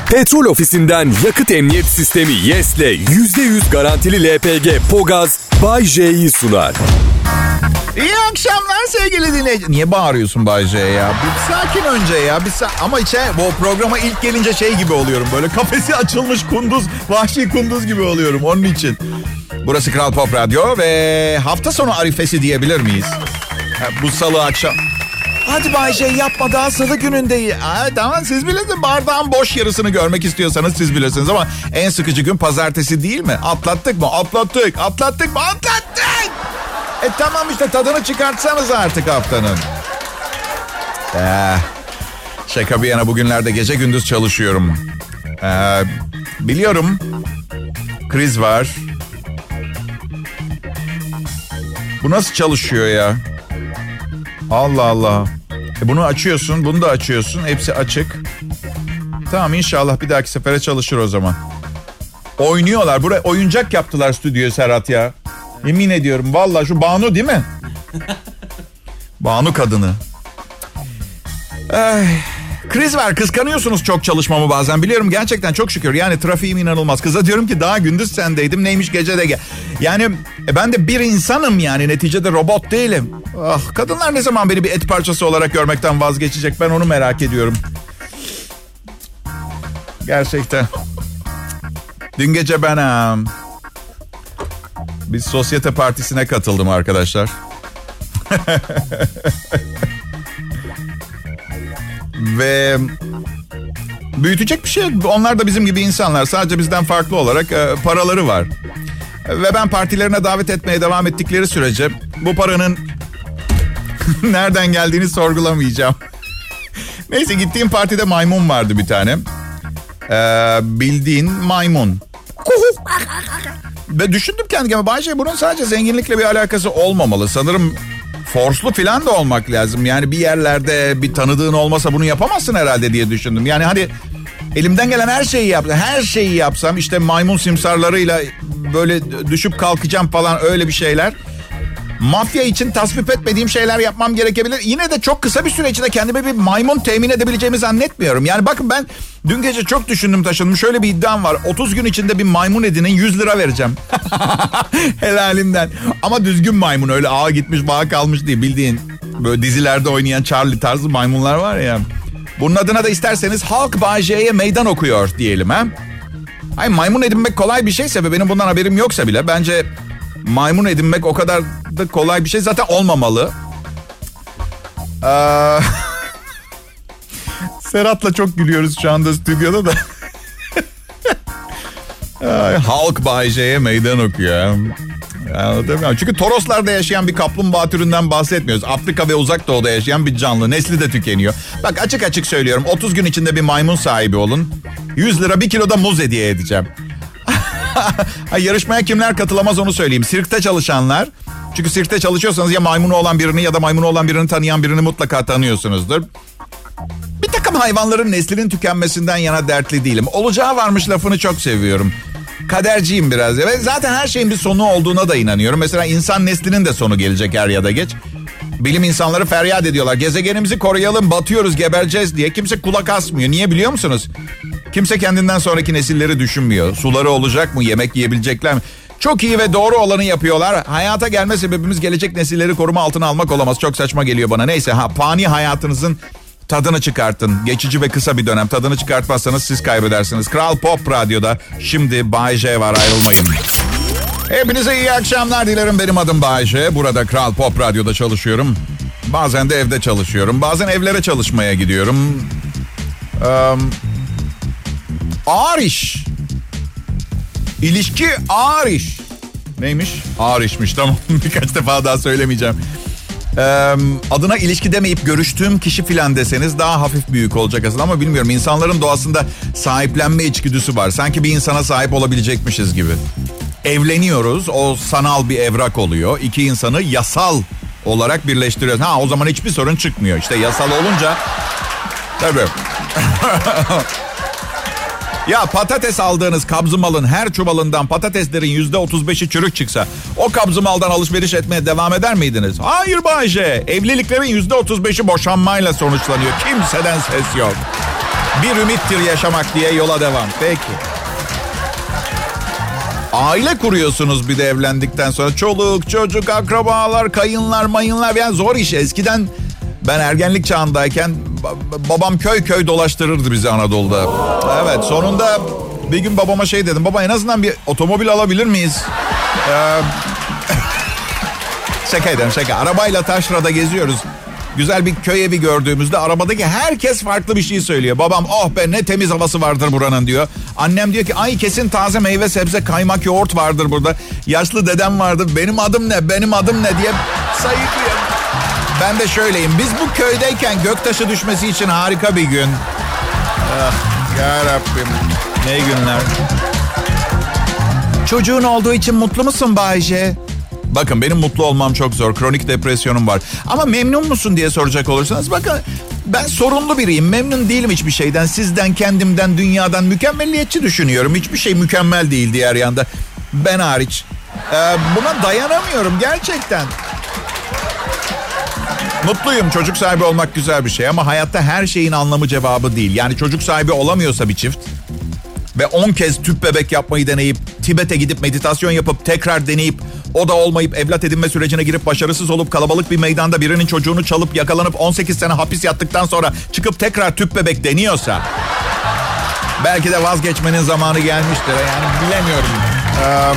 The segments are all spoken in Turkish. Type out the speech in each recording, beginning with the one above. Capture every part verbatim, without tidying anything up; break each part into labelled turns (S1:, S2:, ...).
S1: Petrol Ofisi'nden yakıt emniyet sistemi Yes'le yüzde yüz garantili L P G Pogaz Bay J'yi sunar.
S2: İyi akşamlar sevgili dinleyici. Niye bağırıyorsun Bay J ya? Bir sakin önce ya. Bir sa- Ama içe bu programa ilk gelince şey gibi oluyorum. Böyle kafesi açılmış kunduz, vahşi kunduz gibi oluyorum onun için. Burası Kral Pop Radyo ve hafta sonu arifesi diyebilir miyiz? Ha, bu salı akşam. Hadi Bay J yapma, daha salı günündeyiz. Aa, tamam siz bilirsiniz, bardağın boş yarısını görmek istiyorsanız siz bilirsiniz ama en sıkıcı gün pazartesi değil mi? Atlattık mı? Atlattık. Atlattık mı? Atlattık. E tamam işte tadını çıkartsanız artık haftanın. Ee, şaka bir yana bugünlerde gece gündüz çalışıyorum. Ee, biliyorum kriz var. Bu nasıl çalışıyor ya? Allah Allah. E bunu açıyorsun, bunu da açıyorsun. Hepsi açık. Tamam inşallah bir dahaki sefere çalışır o zaman. Oynuyorlar. Buraya oyuncak yaptılar stüdyoyu Serhat ya. Yemin ediyorum vallahi şu Banu değil mi? Banu kadını. Ay, kriz var, kıskanıyorsunuz çok çalışmamı bazen. Biliyorum gerçekten çok şükür. Yani trafiğim inanılmaz. Kıza diyorum ki daha gündüz sendeydim. Neymiş gece de gel. Yani e, ben de bir insanım yani. Neticede robot değilim. Ah, kadınlar ne zaman beni bir et parçası olarak görmekten vazgeçecek? Ben onu merak ediyorum. Gerçekten. Dün gece ben... Um, bir sosyete partisine katıldım arkadaşlar. Ve büyütecek bir şey. Onlar da bizim gibi insanlar. Sadece bizden farklı olarak e, paraları var. Ve ben partilerine davet etmeye devam ettikleri sürece bu paranın nereden geldiğini sorgulamayacağım. Neyse gittiğim partide maymun vardı bir tane. Ee, bildiğin maymun. Ve düşündüm kendi kendime, Bayce bunun sadece zenginlikle bir alakası olmamalı. Sanırım forslu falan da olmak lazım. Yani bir yerlerde bir tanıdığın olmasa bunu yapamazsın herhalde diye düşündüm. Yani hani elimden gelen her şeyi yapsam, her şeyi yapsam işte maymun simsarlarıyla böyle düşüp kalkacağım falan öyle bir şeyler. Mafya için tasvip etmediğim şeyler yapmam gerekebilir. Yine de çok kısa bir süre içinde kendime bir maymun temin edebileceğimi zannetmiyorum. Yani bakın ben dün gece çok düşündüm taşındım. Şöyle bir iddiam var. otuz gün içinde bir maymun edinin yüz lira vereceğim. Helalimden. Ama düzgün maymun, öyle ağa gitmiş bağa kalmış değil. Bildiğin böyle dizilerde oynayan Charlie tarzı maymunlar var ya. Bunun adına da isterseniz halk Bay J'ye meydan okuyor diyelim ha. Hayır, maymun edinmek kolay bir şeyse ve benim bundan haberim yoksa bile bence maymun edinmek o kadar da kolay bir şey zaten olmamalı. Ee, Serhat'la çok gülüyoruz şu anda stüdyoda da. Halk Bay J'ye meydan okuyor. Anlatamıyorum. Çünkü Toroslarda yaşayan bir kaplumbağa türünden bahsetmiyoruz. Afrika ve Uzak Doğu'da yaşayan bir canlı. Nesli de tükeniyor. Bak açık açık söylüyorum. otuz gün içinde bir maymun sahibi olun. yüz lira bir kilo da muz hediye edeceğim. Yarışmaya kimler katılamaz onu söyleyeyim. Sirkte çalışanlar. Çünkü sirkte çalışıyorsanız ya maymunu olan birini ya da maymunu olan birini tanıyan birini mutlaka tanıyorsunuzdur. Bir takım hayvanların neslinin tükenmesinden yana dertli değilim. Olacağı varmış lafını çok seviyorum. Kaderciyim biraz. Ve zaten her şeyin bir sonu olduğuna da inanıyorum. Mesela insan neslinin de sonu gelecek er ya da geç. Bilim insanları feryat ediyorlar. Gezegenimizi koruyalım, batıyoruz, gebereceğiz diye. Kimse kulak asmıyor. Niye biliyor musunuz? Kimse kendinden sonraki nesilleri düşünmüyor. Suları olacak mı? Yemek yiyebilecekler mi? Çok iyi ve doğru olanı yapıyorlar. Hayata gelme sebebimiz gelecek nesilleri koruma altına almak olamaz. Çok saçma geliyor bana. Neyse, ha, fani hayatınızın tadını çıkartın. Geçici ve kısa bir dönem. Tadını çıkartmazsanız siz kaybedersiniz. Kral Pop Radyo'da şimdi Bay J var, ayrılmayın. Hepinize iyi akşamlar dilerim. Benim adım Bay J. Burada Kral Pop Radyo'da çalışıyorum. Bazen de evde çalışıyorum. Bazen evlere çalışmaya gidiyorum. Um, ağır iş. İlişki ağır iş. Neymiş? Ağır işmiş, tamam. Birkaç defa daha söylemeyeceğim. Ee, adına ilişki demeyip görüştüğüm kişi filan deseniz daha hafif büyük olacak aslında ama bilmiyorum. İnsanların doğasında sahiplenme içgüdüsü var. Sanki bir insana sahip olabilecekmişiz gibi. Evleniyoruz, o sanal bir evrak oluyor. İki insanı yasal olarak birleştiriyoruz. Ha, o zaman hiçbir sorun çıkmıyor. İşte yasal olunca... Tabii. Ya patates aldığınız kabzımalın her çuvalından patateslerin yüzde otuz beşi çürük çıksa o kabzımaldan alışveriş etmeye devam eder miydiniz? Hayır Bay J. Evliliklerin yüzde otuz beşi boşanmayla sonuçlanıyor. Kimseden ses yok. Bir ümittir yaşamak diye yola devam. Peki. Aile kuruyorsunuz bir de evlendikten sonra. Çoluk, çocuk, akrabalar, kayınlar, mayınlar. Yani zor iş. Eskiden ben ergenlik çağındayken babam köy köy dolaştırırdı bizi Anadolu'da. Evet, sonunda bir gün babama şey dedim. Baba, en azından bir otomobil alabilir miyiz? Ee, şaka ederim şaka. Arabayla taşrada geziyoruz. Güzel bir köy evi gördüğümüzde arabadaki herkes farklı bir şey söylüyor. Babam, oh be ne temiz havası vardır buranın diyor. Annem diyor ki ay kesin taze meyve sebze kaymak yoğurt vardır burada. Yaşlı dedem vardı, benim adım ne benim adım ne diye sayıklıyor. Ben de şöyleyim, biz bu köydeyken göktaşı düşmesi için harika bir gün. Ah, yarabbim ne günler. Çocuğun olduğu için mutlu musun Bayce? Bakın benim mutlu olmam çok zor. Kronik depresyonum var. Ama memnun musun diye soracak olursanız, bakın ben sorunlu biriyim. Memnun değilim hiçbir şeyden. Sizden, kendimden, dünyadan. Mükemmelliyetçi düşünüyorum. Hiçbir şey mükemmel değil diğer yanda. Ben hariç. Ee, buna dayanamıyorum gerçekten. Mutluyum. Çocuk sahibi olmak güzel bir şey. Ama hayatta her şeyin anlamı cevabı değil. Yani çocuk sahibi olamıyorsa bir çift ve on kez tüp bebek yapmayı deneyip, Tibet'e gidip meditasyon yapıp, tekrar deneyip, o da olmayıp, evlat edinme sürecine girip, başarısız olup, kalabalık bir meydanda birinin çocuğunu çalıp, yakalanıp on sekiz sene hapis yattıktan sonra çıkıp tekrar tüp bebek deniyorsa, belki de vazgeçmenin zamanı gelmiştir. Yani bilemiyorum. Ee,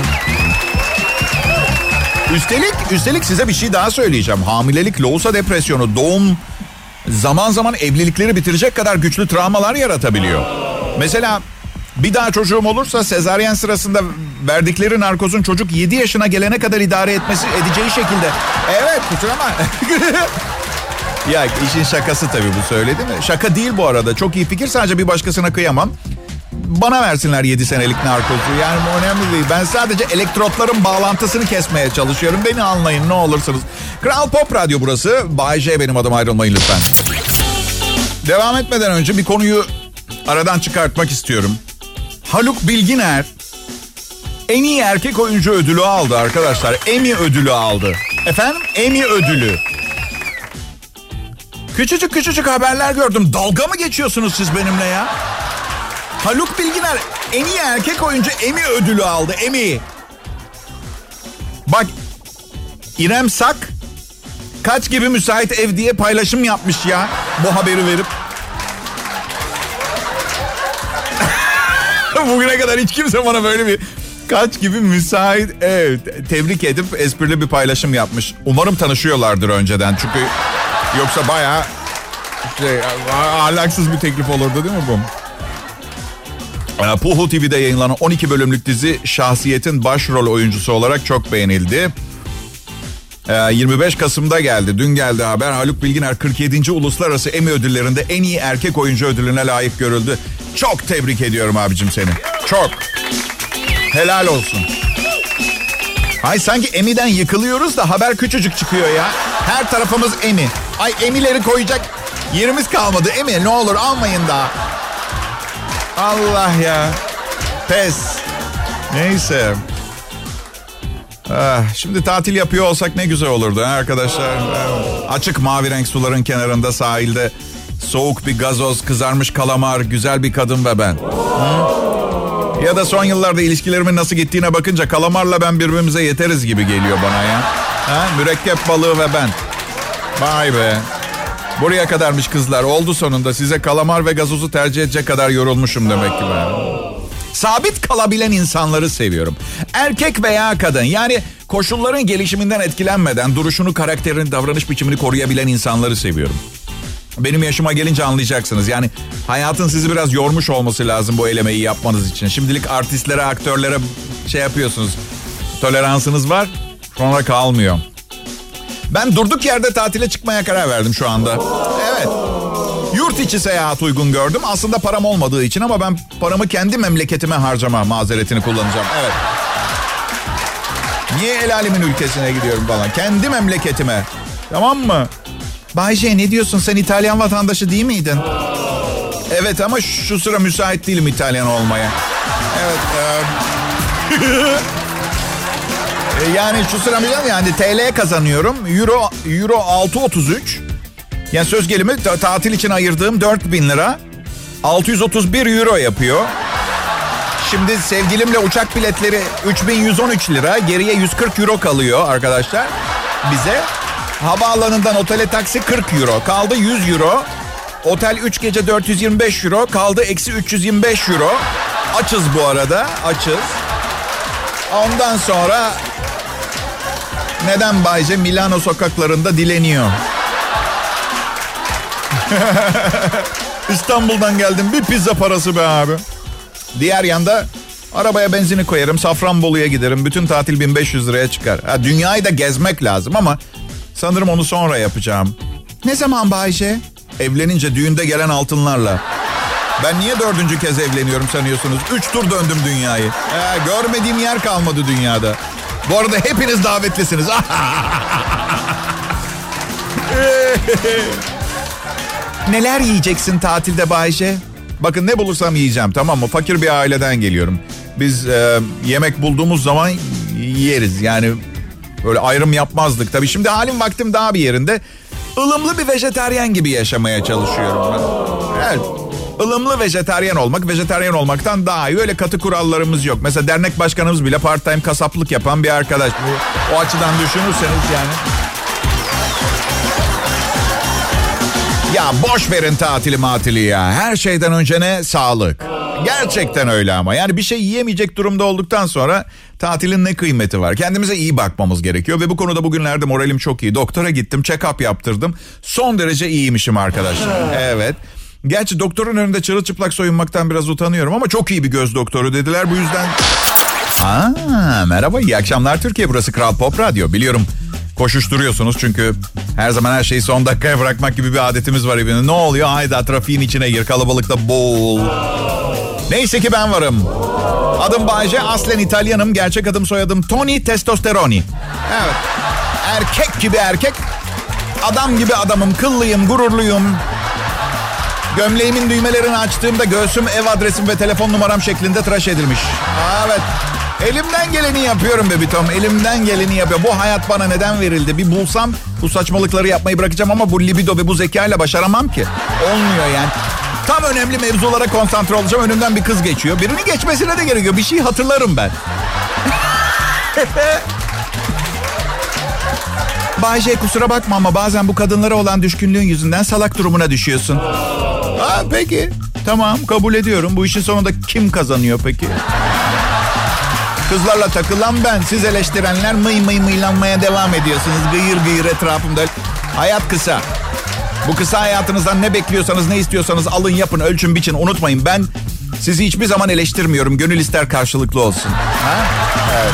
S2: üstelik, üstelik size bir şey daha söyleyeceğim. Hamilelik, lohusa depresyonu, doğum zaman zaman evlilikleri bitirecek kadar güçlü travmalar yaratabiliyor. Mesela bir daha çocuğum olursa sezaryen sırasında verdikleri narkozun çocuk yedi yaşına gelene kadar idare etmesi edeceği şekilde. Evet, kusura bakma. Ya işin şakası tabii bu, söyledi mi? Şaka değil bu arada. Çok iyi fikir, sadece bir başkasına kıyamam. Bana versinler yedi senelik narkozu. Yani bu önemli değil. Ben sadece elektrotların bağlantısını kesmeye çalışıyorum. Beni anlayın ne olursunuz. Kral Pop Radyo burası. Bay J benim adım, ayrılmayın lütfen. Devam etmeden önce bir konuyu aradan çıkartmak istiyorum. Haluk Bilginer en iyi erkek oyuncu ödülü aldı arkadaşlar. Emmy ödülü aldı. Efendim? Emmy ödülü. Küçücük küçücük haberler gördüm. Dalga mı geçiyorsunuz siz benimle ya? Haluk Bilginer en iyi erkek oyuncu Emmy ödülü aldı. Emmy. Bak, İrem Sak kaç gibi müsait ev diye paylaşım yapmış ya. Bu haberi verip. Bugüne kadar hiç kimse bana böyle bir kaç gibi müsait ev tebrik edip esprili bir paylaşım yapmış. Umarım tanışıyorlardır önceden. Çünkü yoksa bayağı şey, ahlaksız bir teklif olurdu değil mi bu? Puhu T V'de yayınlanan on iki bölümlük dizi Şahsiyet'in başrol oyuncusu olarak çok beğenildi. yirmi beş Kasım'da geldi. Dün geldi haber. Haluk Bilginer kırk yedinci Uluslararası Emmy ödüllerinde en iyi erkek oyuncu ödülüne layık görüldü. Çok tebrik ediyorum abicim seni. Çok. Helal olsun. Hay sanki Emmy'den yıkılıyoruz da haber küçücük çıkıyor ya. Her tarafımız Emmy. Ay Emmy'leri koyacak yerimiz kalmadı. Emmy ne olur almayın daha. Allah ya. Pes. Neyse. Ah, şimdi tatil yapıyor olsak ne güzel olurdu ha arkadaşlar. Açık mavi renk suların kenarında, sahilde soğuk bir gazoz, kızarmış kalamar, güzel bir kadın ve ben. Hı? Ya da son yıllarda ilişkilerimin nasıl gittiğine bakınca kalamarla ben birbirimize yeteriz gibi geliyor bana ya. Ha? Mürekkep balığı ve ben. Vay be. Buraya kadarmış kızlar. Oldu sonunda. Size kalamar ve gazozu tercih edecek kadar yorulmuşum demek ki ben. Sabit kalabilen insanları seviyorum. Erkek veya kadın. Yani koşulların gelişiminden etkilenmeden duruşunu, karakterini, davranış biçimini koruyabilen insanları seviyorum. Benim yaşıma gelince anlayacaksınız. Yani hayatın sizi biraz yormuş olması lazım bu elemeyi yapmanız için. Şimdilik artistlere, aktörlere şey yapıyorsunuz. Toleransınız var, sonra kalmıyor. Ben durduk yerde tatile çıkmaya karar verdim şu anda. Evet. Yurt içi seyahat uygun gördüm. Aslında param olmadığı için ama ben paramı kendi memleketime harcama mazeretini kullanacağım. Evet. Niye el alemin ülkesine gidiyorum falan? Kendi memleketime. Tamam mı? Bayce ne diyorsun? Sen İtalyan vatandaşı değil miydin? Evet ama şu sıra müsait değilim İtalyan olmaya. Evet. E... yani şu sıra yani T L kazanıyorum. Euro Euro altı otuz üç. Yani söz gelimi tatil için ayırdığım dört bin lira. altı yüz otuz bir euro yapıyor. Şimdi sevgilimle uçak biletleri üç bin yüz on üç lira. Geriye yüz kırk euro kalıyor arkadaşlar bize. Havaalanından otele taksi kırk euro. Kaldı yüz euro. Otel üç gece dört yüz yirmi beş euro. Kaldı eksi üç yüz yirmi beş euro. Açız bu arada. Açız. Ondan sonra neden Bayce Milano sokaklarında dileniyor? İstanbul'dan geldim, bir pizza parası be abi. Diğer yanda arabaya benzini koyarım, Safranbolu'ya giderim. Bütün tatil bin beş yüz liraya çıkar. Ha, dünyayı da gezmek lazım ama sanırım onu sonra yapacağım. Ne zaman Bayce? Evlenince, düğünde gelen altınlarla. Ben niye dördüncü kez evleniyorum sanıyorsunuz? Üç tur döndüm dünyayı. Ee, görmediğim yer kalmadı dünyada. Bu arada hepiniz davetlisiniz. Neler yiyeceksin tatilde Bayce? Bakın ne bulursam yiyeceğim, tamam mı? Fakir bir aileden geliyorum. Biz e, yemek bulduğumuz zaman yeriz. Yani böyle ayrım yapmazdık. Tabii şimdi halim vaktim daha bir yerinde. Ilımlı bir vejetaryen gibi yaşamaya çalışıyorum ben. Evet. Ilımlı vejetaryen olmak, vejetaryen olmaktan daha iyi. Öyle katı kurallarımız yok. Mesela dernek başkanımız bile part-time kasaplık yapan bir arkadaş. Bu, o açıdan düşünürseniz yani. Ya boş verin tatili matili ya. Her şeyden önce ne? Sağlık. Gerçekten öyle ama. Yani bir şey yiyemeyecek durumda olduktan sonra tatilin ne kıymeti var? Kendimize iyi bakmamız gerekiyor ve bu konuda bugünlerde moralim çok iyi. Doktora gittim, check-up yaptırdım. Son derece iyiymişim arkadaşlar. Evet. Gerçi doktorun önünde çırılçıplak soyunmaktan biraz utanıyorum ama çok iyi bir göz doktoru dediler. Bu yüzden... Aa, merhaba, iyi akşamlar Türkiye. Burası Kral Pop Radyo. Biliyorum koşuşturuyorsunuz çünkü her zaman her şeyi son dakikaya bırakmak gibi bir adetimiz var evinde. Ne oluyor? Hayda trafiğin içine gir, kalabalıkta boğul. Neyse ki ben varım. Adım Bayce, aslen İtalyanım. Gerçek adım soyadım Tony Testosteroni. Evet. Erkek gibi erkek. Adam gibi adamım. Kıllıyım, gururluyum. Gömleğimin düğmelerini açtığımda göğsüm, ev adresim ve telefon numaram şeklinde tıraş edilmiş. Evet. Elimden geleni yapıyorum bebitom. Elimden geleni yapıyorum. Bu hayat bana neden verildi? Bir bulsam bu saçmalıkları yapmayı bırakacağım ama bu libido ve bu zekayla başaramam ki. Olmuyor yani. Tam önemli mevzulara konsantre olacağım. Önümden bir kız geçiyor. Birinin geçmesine de gerekiyor. Bir şey hatırlarım ben. Bayce kusura bakma ama bazen bu kadınlara olan düşkünlüğün yüzünden salak durumuna düşüyorsun. Ha, peki. Tamam, kabul ediyorum. Bu işin sonunda kim kazanıyor peki? Kızlarla takılan ben. Siz eleştirenler mıy mıy mıylanmaya devam ediyorsunuz. Gıyır gıyır etrafımda. Hayat kısa. Bu kısa hayatınızdan ne bekliyorsanız, ne istiyorsanız alın, yapın, ölçün, biçin. Unutmayın, ben sizi hiçbir zaman eleştirmiyorum. Gönül ister karşılıklı olsun. Ha? Evet.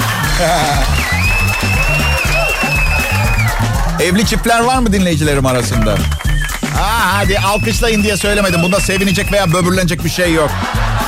S2: Evli çiftler var mı dinleyicilerim arasında? Aa, hadi alkışlayın diye söylemedim. Bunda sevinecek veya böbürlenecek bir şey yok.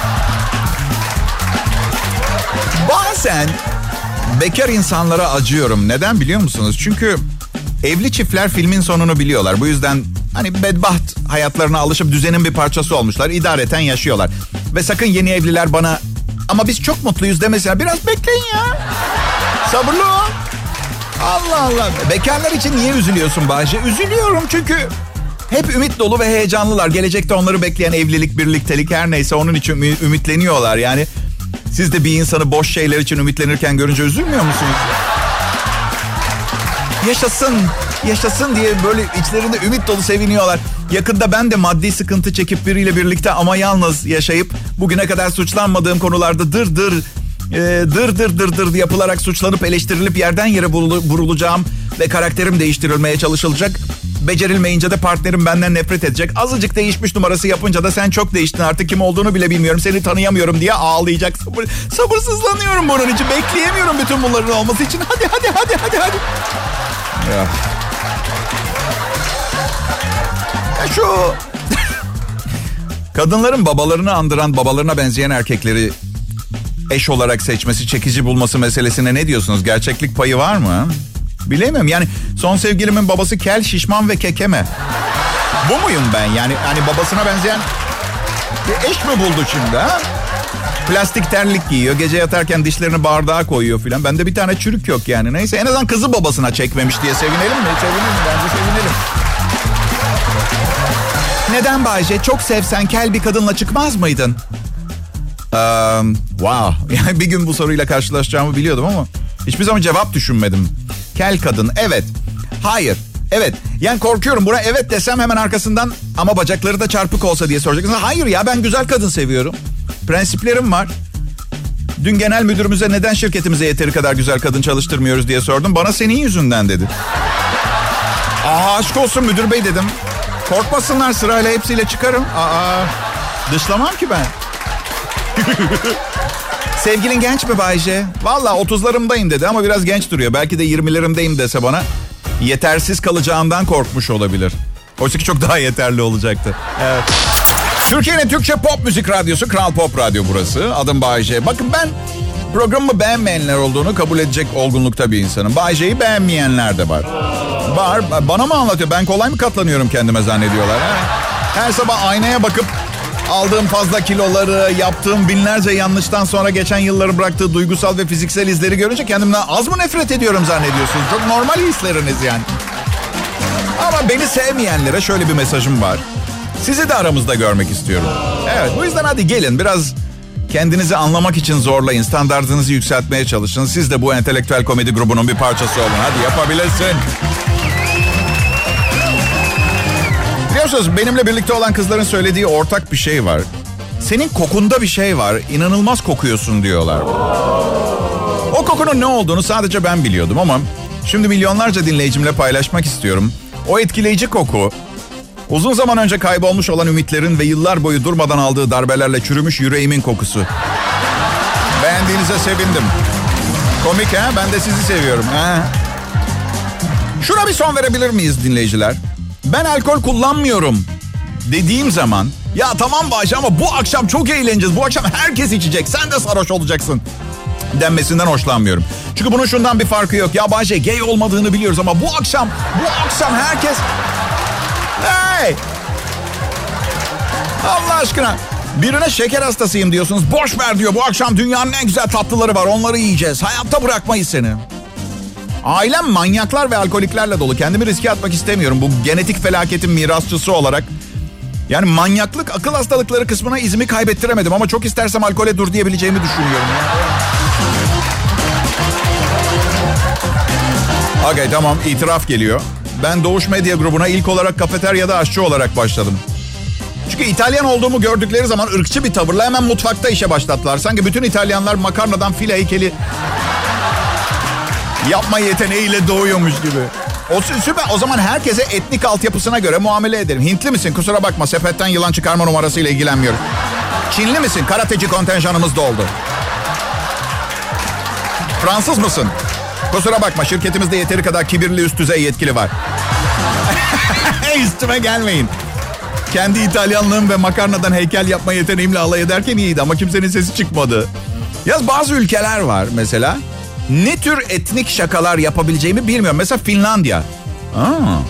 S2: Bazen bekar insanlara acıyorum. Neden biliyor musunuz? Çünkü evli çiftler filmin sonunu biliyorlar. Bu yüzden hani bedbaht hayatlarına alışıp düzenin bir parçası olmuşlar. İdareten yaşıyorlar. Ve sakın yeni evliler bana ama biz çok mutluyuz demesinler. Biraz bekleyin ya. Sabırlı ol. Allah Allah. Bekarlar için niye üzülüyorsun Bahçe? Üzülüyorum çünkü hep ümit dolu ve heyecanlılar. Gelecekte onları bekleyen evlilik, birliktelik her neyse onun için ümitleniyorlar. Yani siz de bir insanı boş şeyler için ümitlenirken görünce üzülmüyor musunuz? Yaşasın, yaşasın diye böyle içlerinde ümit dolu seviniyorlar. Yakında ben de maddi sıkıntı çekip biriyle birlikte ama yalnız yaşayıp bugüne kadar suçlanmadığım konularda dır dır e, dır dır dır dır yapılarak suçlanıp eleştirilip yerden yere vurulacağım ve karakterim değiştirilmeye çalışılacak. Becerilmeyince de partnerim benden nefret edecek. Azıcık değişmiş numarası yapınca da sen çok değiştin artık, kim olduğunu bile bilmiyorum, seni tanıyamıyorum diye ağlayacak. Sabır, sabırsızlanıyorum bunun için. Bekleyemiyorum bütün bunların olması için. Hadi hadi hadi hadi hadi. Ya. Ya şu kadınların babalarını andıran, babalarına benzeyen erkekleri eş olarak seçmesi, çekici bulması meselesine ne diyorsunuz? Gerçeklik payı var mı? Bilemiyorum yani, son sevgilimin babası kel, şişman ve kekeme. Bu muyum ben yani? Hani babasına benzeyen bir eş mi buldu şimdi ha? Plastik terlik giyiyor, gece yatarken dişlerini bardağa koyuyor filan. Bende bir tane çürük yok yani. Neyse, en azından kızı babasına çekmemiş diye sevinelim mi? Sevinelim, bence sevinelim. Neden Bayce? Çok sevsen kel bir kadınla çıkmaz mıydın? Um, wow. Yani bir gün bu soruyla karşılaşacağımı biliyordum ama hiçbir zaman cevap düşünmedim. Kel kadın, evet. Hayır. Evet. Yani korkuyorum. Buna evet desem hemen arkasından ama bacakları da çarpık olsa diye soracaksın. Hayır ya, ben güzel kadın seviyorum. Prensiplerim var. Dün genel müdürümüze neden şirketimize yeteri kadar güzel kadın çalıştırmıyoruz diye sordum. Bana senin yüzünden dedi. Aa, aşk olsun müdür bey dedim. Korkmasınlar, sırayla hepsiyle çıkarım. Aa, dışlamam ki ben. Sevgilin genç mi Bayce? Valla otuzlarımdayım dedi ama biraz genç duruyor. Belki de yirmilerimdeyim dese bana yetersiz kalacağımdan korkmuş olabilir. Oysa ki çok daha yeterli olacaktı. Evet. Türkiye'nin Türkçe pop müzik radyosu Kral Pop Radyo burası. Adım Bayce. Bakın ben programımı beğenmeyenler olduğunu kabul edecek olgunlukta bir insanım. Bayce'yi beğenmeyenler de var. Var. Bana mı anlatıyor? Ben kolay mı katlanıyorum kendime zannediyorlar. Ha? Her sabah aynaya bakıp aldığım fazla kiloları, yaptığım binlerce yanlıştan sonra geçen yılların bıraktığı duygusal ve fiziksel izleri görünce kendimden az mı nefret ediyorum zannediyorsunuz? Çok normal hisleriniz yani. Ama beni sevmeyenlere şöyle bir mesajım var. Sizi de aramızda görmek istiyorum. Evet, bu yüzden hadi gelin biraz kendinizi anlamak için zorlayın. Standartınızı yükseltmeye çalışın. Siz de bu entelektüel komedi grubunun bir parçası olun. Hadi yapabilirsin. Biliyorsunuz benimle birlikte olan kızların söylediği ortak bir şey var. Senin kokunda bir şey var. İnanılmaz kokuyorsun diyorlar. O kokunun ne olduğunu sadece ben biliyordum ama şimdi milyonlarca dinleyicimle paylaşmak istiyorum. O etkileyici koku, uzun zaman önce kaybolmuş olan ümitlerin ve yıllar boyu durmadan aldığı darbelerle çürümüş yüreğimin kokusu. Beğendiğinize sevindim. Komik ha? Ben de sizi seviyorum. Ha? Şuna bir son verebilir miyiz dinleyiciler? Ben alkol kullanmıyorum dediğim zaman, ya tamam Bayce ama bu akşam çok eğleneceğiz. Bu akşam herkes içecek. Sen de sarhoş olacaksın denmesinden hoşlanmıyorum. Çünkü bunun şundan bir farkı yok. Ya Bayce gay olmadığını biliyoruz ama bu akşam, bu akşam herkes... Hey! Allah aşkına. Birine şeker hastasıyım diyorsunuz. Boş ver diyor. Bu akşam dünyanın en güzel tatlıları var. Onları yiyeceğiz. Hayatta bırakmayız seni. Ailem manyaklar ve alkoliklerle dolu. Kendimi riske atmak istemiyorum. Bu genetik felaketin mirasçısı olarak. Yani manyaklık, akıl hastalıkları kısmına izimi kaybettiremedim. Ama çok istersem alkole dur diyebileceğimi düşünüyorum. Okey, tamam, itiraf geliyor. Ben Doğuş Medya grubuna ilk olarak kafeteryada aşçı olarak başladım. Çünkü İtalyan olduğumu gördükleri zaman ırkçı bir tavırla hemen mutfakta işe başlattılar. Sanki bütün İtalyanlar makarnadan file heykeli yapma yeteneğiyle doğuyormuş gibi. O süper. O zaman herkese etnik altyapısına göre muamele ederim. Hintli misin? Kusura bakma, sepetten yılan çıkarma numarasıyla ilgilenmiyorum. Çinli misin? Karateci kontenjanımız doldu. Fransız mısın? Kusura bakma, şirketimizde yeteri kadar kibirli üst düzey yetkili var. Üstüme gelmeyin. Kendi İtalyanlığım ve makarnadan heykel yapma yeteneğimle alay ederken iyiydi ama kimsenin sesi çıkmadı. Yalnız bazı ülkeler var mesela. Ne tür etnik şakalar yapabileceğimi bilmiyorum. Mesela Finlandiya. Aa.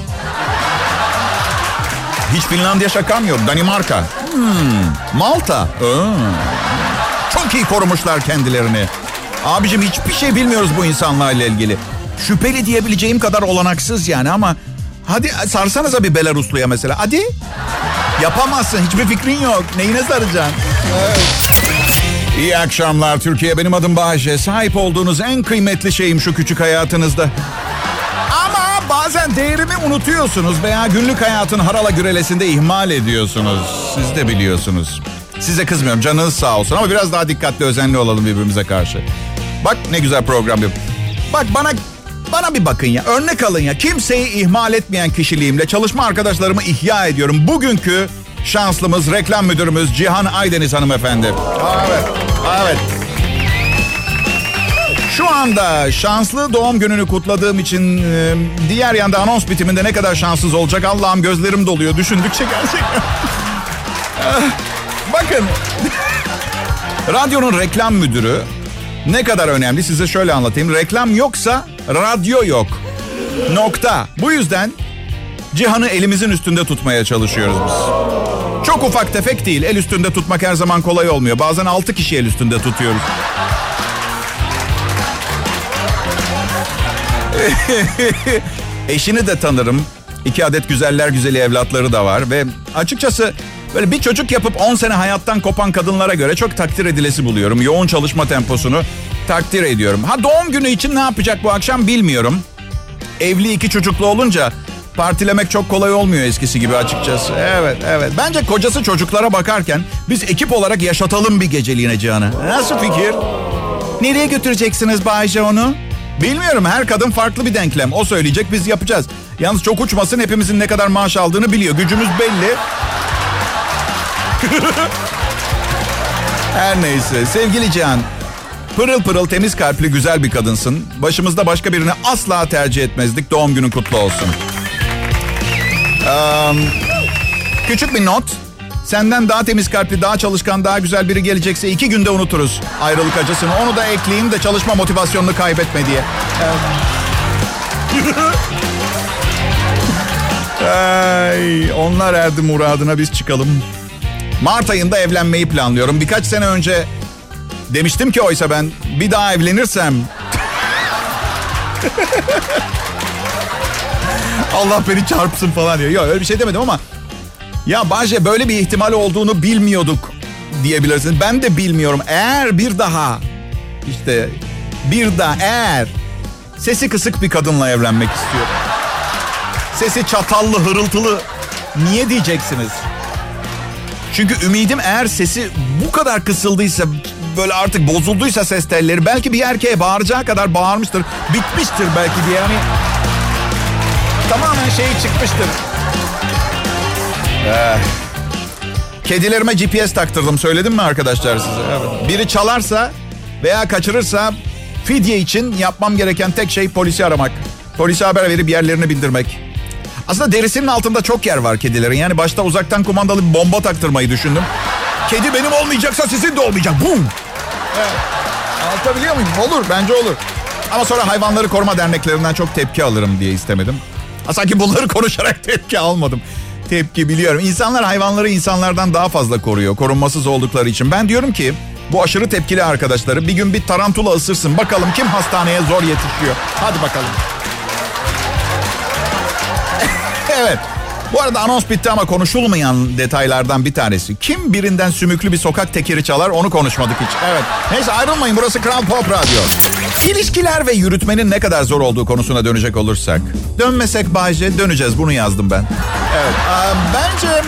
S2: Hiç Finlandiya şakam yok. Danimarka. Hmm. Malta. Aa. Çok iyi korumuşlar kendilerini. Abicim hiçbir şey bilmiyoruz bu insanlarla ilgili. Şüpheli diyebileceğim kadar olanaksız yani ama... Hadi sarsanıza bir Belarusluya mesela. Hadi. Yapamazsın. Hiçbir fikrin yok. Neyine saracaksın? Evet. İyi akşamlar Türkiye. Benim adım Bayce. Sahip olduğunuz en kıymetli şeyim şu küçük hayatınızda. Ama bazen değerimi unutuyorsunuz veya günlük hayatın harala gürelesinde ihmal ediyorsunuz. Siz de biliyorsunuz. Size kızmıyorum. Canınız sağ olsun ama biraz daha dikkatli, özenli olalım birbirimize karşı. Bak ne güzel program yapıyorum. Bak bana... Bana bir bakın ya, örnek alın ya. Kimseyi ihmal etmeyen kişiliğimle çalışma arkadaşlarımı ihya ediyorum. Bugünkü şanslımız reklam müdürümüz Cihan Aydeniz hanımefendi. Evet, evet. Şu anda şanslı doğum gününü kutladığım için diğer yanda anons bitiminde ne kadar şanssız olacak Allah'ım, gözlerim doluyor düşündükçe gerçekten. Bakın, radyonun reklam müdürü ne kadar önemli size şöyle anlatayım. Reklam yoksa radyo yok. Nokta. Bu yüzden Cihan'ı elimizin üstünde tutmaya çalışıyoruz biz. Çok ufak tefek değil. El üstünde tutmak her zaman kolay olmuyor. Bazen altı kişi el üstünde tutuyoruz. Eşini de tanırım. İki adet güzeller güzeli evlatları da var. Ve açıkçası böyle bir çocuk yapıp on sene hayattan kopan kadınlara göre çok takdir edilesi buluyorum. Yoğun çalışma temposunu takdir ediyorum. Ha, doğum günü için ne yapacak bu akşam bilmiyorum. Evli iki çocuklu olunca partilemek çok kolay olmuyor eskisi gibi açıkçası. Evet, evet. Bence kocası çocuklara bakarken biz ekip olarak yaşatalım bir geceliğine Cihan'ı. Nasıl fikir? Nereye götüreceksiniz Bayce onu? Bilmiyorum, her kadın farklı bir denklem. O söyleyecek, biz yapacağız. Yalnız çok uçmasın, hepimizin ne kadar maaş aldığını biliyor. Gücümüz belli. Her neyse, sevgili Cihan. Pırıl pırıl temiz kalpli güzel bir kadınsın. Başımızda başka birini asla tercih etmezdik. Doğum günün kutlu olsun. Ee, küçük bir not. Senden daha temiz kalpli, daha çalışkan, daha güzel biri gelecekse iki günde unuturuz ayrılık acısını. Onu da ekleyeyim de çalışma motivasyonunu kaybetme diye. Ay, onlar erdi muradına, biz çıkalım. Mart ayında evlenmeyi planlıyorum. Birkaç sene önce demiştim ki oysa ben bir daha evlenirsem... Allah beni çarpsın falan diyor. Yok, öyle bir şey demedim ama... Ya Bahçe, böyle bir ihtimal olduğunu bilmiyorduk diyebilirsin. Ben de bilmiyorum. Eğer bir daha... işte bir daha eğer... sesi kısık bir kadınla evlenmek istiyorum. Sesi çatallı, hırıltılı. Niye diyeceksiniz? Çünkü ümidim, eğer sesi bu kadar kısıldıysa, böyle artık bozulduysa ses telleri, belki bir erkeğe bağıracağı kadar bağırmıştır. Bitmiştir belki diye, yani tamamen şeyi çıkmıştır. Ee, kedilerime G P S taktırdım, söyledim mi arkadaşlar size? Evet. Biri çalarsa veya kaçırırsa fidye için yapmam gereken tek şey polisi aramak. Polise haber verip yerlerini bildirmek. Aslında derisinin altında çok yer var kedilerin. Yani başta uzaktan kumandalı bir bomba taktırmayı düşündüm. Kedi benim olmayacaksa sizin de olmayacak. Bum! Evet. Anlatabiliyor muyum? Olur, bence olur. Ama sonra hayvanları koruma derneklerinden çok tepki alırım diye istemedim. Ha, sanki bunları konuşarak tepki almadım. Tepki biliyorum. İnsanlar hayvanları insanlardan daha fazla koruyor, korunmasız oldukları için. Ben diyorum ki bu aşırı tepkili arkadaşları bir gün bir tarantula ısırsın. Bakalım kim hastaneye zor yetişiyor. Hadi bakalım. Evet. Bu arada anons bitti ama konuşulmayan detaylardan bir tanesi. Kim birinden sümüklü bir sokak tekeri çalar, onu konuşmadık hiç. Evet. Neyse, ayrılmayın, burası Kral Pop Radyo. İlişkiler ve yürütmenin ne kadar zor olduğu konusuna dönecek olursak. Dönmesek Bahçe, döneceğiz, bunu yazdım ben. Evet. Aa, bence...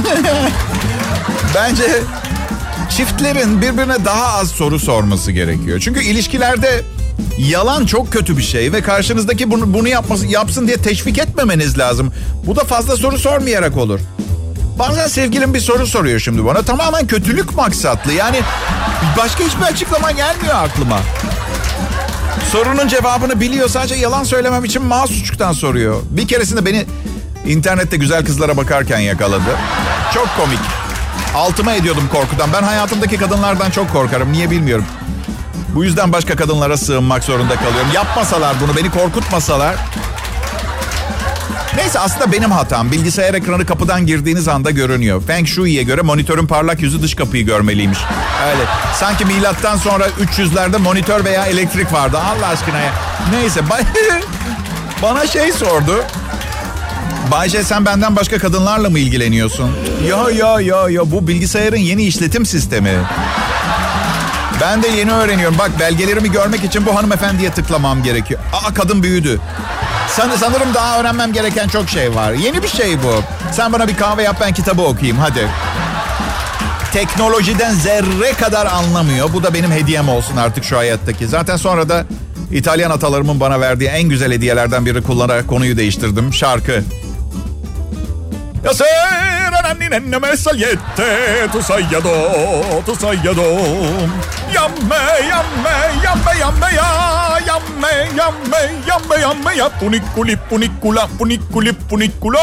S2: bence çiftlerin birbirine daha az soru sorması gerekiyor. Çünkü ilişkilerde yalan çok kötü bir şey ve karşınızdaki bunu, bunu yapması, yapsın diye teşvik etmemeniz lazım. Bu da fazla soru sormayarak olur. Bazen sevgilim bir soru soruyor şimdi bana. Tamamen kötülük maksatlı. Yani başka hiçbir açıklama gelmiyor aklıma. Sorunun cevabını biliyor, sadece yalan söylemem için mahsusçuktan soruyor. Bir keresinde beni internette güzel kızlara bakarken yakaladı. Çok komik. Altıma ediyordum korkudan. Ben hayatımdaki kadınlardan çok korkarım. Niye bilmiyorum. Bu yüzden başka kadınlara sığınmak zorunda kalıyorum. Yapmasalar bunu, beni korkutmasalar. Neyse, aslında benim hatam. Bilgisayar ekranı kapıdan girdiğiniz anda görünüyor. Feng Shui'ye göre monitörün parlak yüzü dış kapıyı görmeliymiş. Öyle. Sanki milattan sonra üç yüzlerde monitör veya elektrik vardı. Allah aşkına ya. Neyse. Bana şey sordu. Bayce, sen benden başka kadınlarla mı ilgileniyorsun? Ya ya ya ya bu bilgisayarın yeni işletim sistemi. Ben de yeni öğreniyorum. Bak, belgelerimi görmek için bu hanımefendiye tıklamam gerekiyor. Aa, kadın büyüdü. San, sanırım daha öğrenmem gereken çok şey var. Yeni bir şey bu. Sen bana bir kahve yap, ben kitabı okuyayım hadi. Teknolojiden zerre kadar anlamıyor. Bu da benim hediyem olsun artık şu hayattaki. Zaten sonra da İtalyan atalarımın bana verdiği en güzel hediyelerden biri kullanarak konuyu değiştirdim. Şarkı. Ya sera nenne mesagliette tu sai do tu sai do yamme yamme yamme yamme ya yamme yamme yamme yamme ya punikuli punikula punikuli punikula.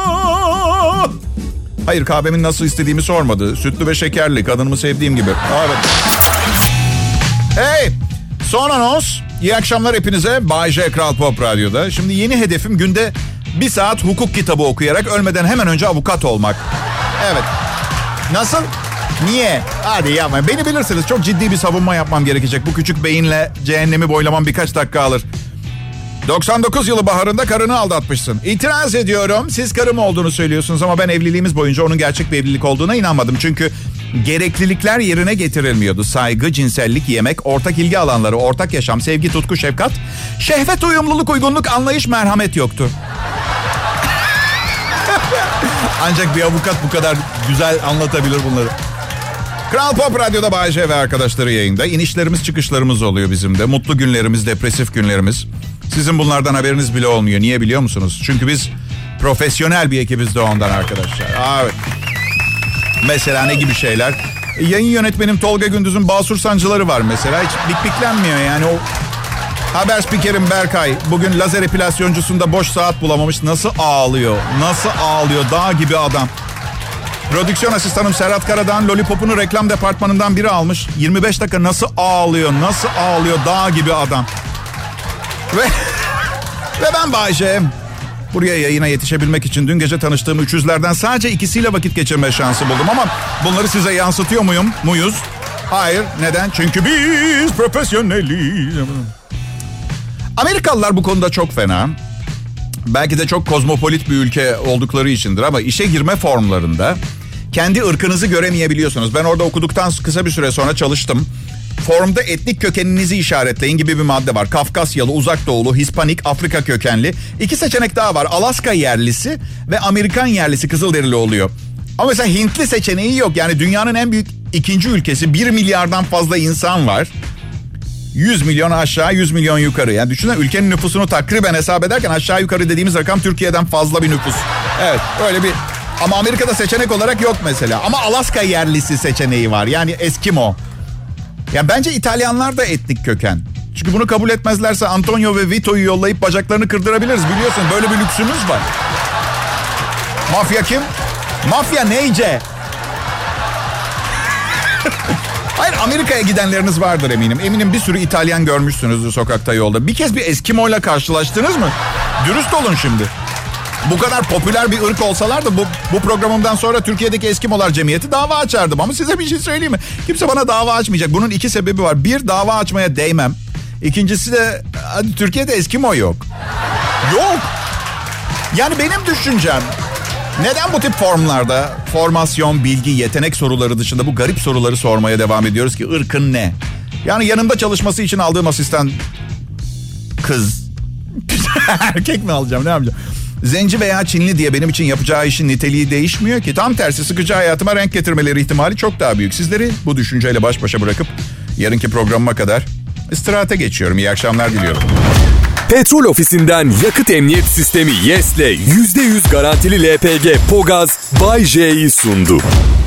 S2: Hayır, kahvemin nasıl istediğimi sormadı. Sütlü ve şekerli, kadınımı sevdiğim gibi. Evet. Hey, son anons. İyi akşamlar hepinize. Bay J Kral Pop Radyo'da. Şimdi yeni hedefim günde bir saat hukuk kitabı okuyarak ölmeden hemen önce avukat olmak. Evet. Nasıl? Niye? Hadi yapma. Beni bilirsiniz. Çok ciddi bir savunma yapmam gerekecek. Bu küçük beyinle cehennemi boylamam birkaç dakika alır. doksan dokuz yılı baharında karını aldatmışsın. İtiraz ediyorum. Siz karım olduğunu söylüyorsunuz ama ben evliliğimiz boyunca onun gerçek bir evlilik olduğuna inanmadım. Çünkü gereklilikler yerine getirilmiyordu. Saygı, cinsellik, yemek, ortak ilgi alanları, ortak yaşam, sevgi, tutku, şefkat, şehvet, uyumluluk, uygunluk, anlayış, merhamet yoktu. Ancak bir avukat bu kadar güzel anlatabilir bunları. Kral Pop Radyo'da Bay J ve arkadaşları yayında. İnişlerimiz çıkışlarımız oluyor bizim de. Mutlu günlerimiz, depresif günlerimiz. Sizin bunlardan haberiniz bile olmuyor. Niye biliyor musunuz? Çünkü biz profesyonel bir ekibiz de ondan arkadaşlar. Evet. Mesela ne gibi şeyler? Yayın yönetmenim Tolga Gündüz'ün basur sancıları var mesela. Hiç bikbiklenmiyor yani o... Haber spikerim Berkay bugün lazer epilasyoncusunda boş saat bulamamış. Nasıl ağlıyor? Nasıl ağlıyor? Dağ gibi adam. Prodüksiyon asistanım Serhat Karadağ'ın Lollipop'unu reklam departmanından biri almış. yirmi beş dakika nasıl ağlıyor? Nasıl ağlıyor? Dağ gibi adam. Ve ve ben Bay J. Buraya yayına yetişebilmek için dün gece tanıştığım üç yüzlerden sadece ikisiyle vakit geçirme şansı buldum. Ama bunları size yansıtıyor muyum? Muyuz? Hayır. Neden? Çünkü biz profesyoneliz. Amerikalılar bu konuda çok fena. Belki de çok kozmopolit bir ülke oldukları içindir ama işe girme formlarında kendi ırkınızı göremeyebiliyorsunuz. Ben orada okuduktan kısa bir süre sonra çalıştım. Formda etnik kökeninizi işaretleyin gibi bir madde var. Kafkasyalı, Uzak Doğulu, Hispanik, Afrika kökenli. İki seçenek daha var. Alaska yerlisi ve Amerikan yerlisi Kızılderili oluyor. Ama mesela Hintli seçeneği yok. Yani dünyanın en büyük ikinci ülkesi. Bir milyardan fazla insan var. yüz milyon aşağı, yüz milyon yukarı. Yani düşünün ülkenin nüfusunu takriben hesap ederken aşağı yukarı dediğimiz rakam Türkiye'den fazla bir nüfus. Evet öyle bir... Ama Amerika'da seçenek olarak yok mesela. Ama Alaska yerlisi seçeneği var. Yani Eskimo. Yani bence İtalyanlar da etnik köken. Çünkü bunu kabul etmezlerse Antonio ve Vito'yu yollayıp bacaklarını kırdırabiliriz. Biliyorsun böyle bir lüksümüz var. Mafya kim? Mafya neyce? Hayır, Amerika'ya gidenleriniz vardır eminim. Eminim bir sürü İtalyan görmüşsünüzdür sokakta, yolda. Bir kez bir Eskimo'yla karşılaştınız mı? Dürüst olun şimdi. Bu kadar popüler bir ırk olsalar da bu, bu programımdan sonra Türkiye'deki Eskimolar Cemiyeti dava açardım. Ama size bir şey söyleyeyim mi? Kimse bana dava açmayacak. Bunun iki sebebi var. Bir, dava açmaya değmem. İkincisi de hadi Türkiye'de Eskimo yok. Yok. Yani benim düşüncem... Neden bu tip formlarda formasyon, bilgi, yetenek soruları dışında bu garip soruları sormaya devam ediyoruz ki? Irkın ne? Yani yanımda çalışması için aldığım asistan kız. Erkek mi alacağım, ne yapacağım? Zenci veya Çinli diye benim için yapacağı işin niteliği değişmiyor ki. Tam tersi, sıkıcı hayatıma renk getirmeleri ihtimali çok daha büyük. Sizleri bu düşünceyle baş başa bırakıp yarınki programıma kadar istirahate geçiyorum. İyi akşamlar diliyorum.
S1: Petrol Ofisi'nden yakıt emniyet sistemi Yes'le yüzde yüz garantili L P G Pogaz Bay J'yi sundu.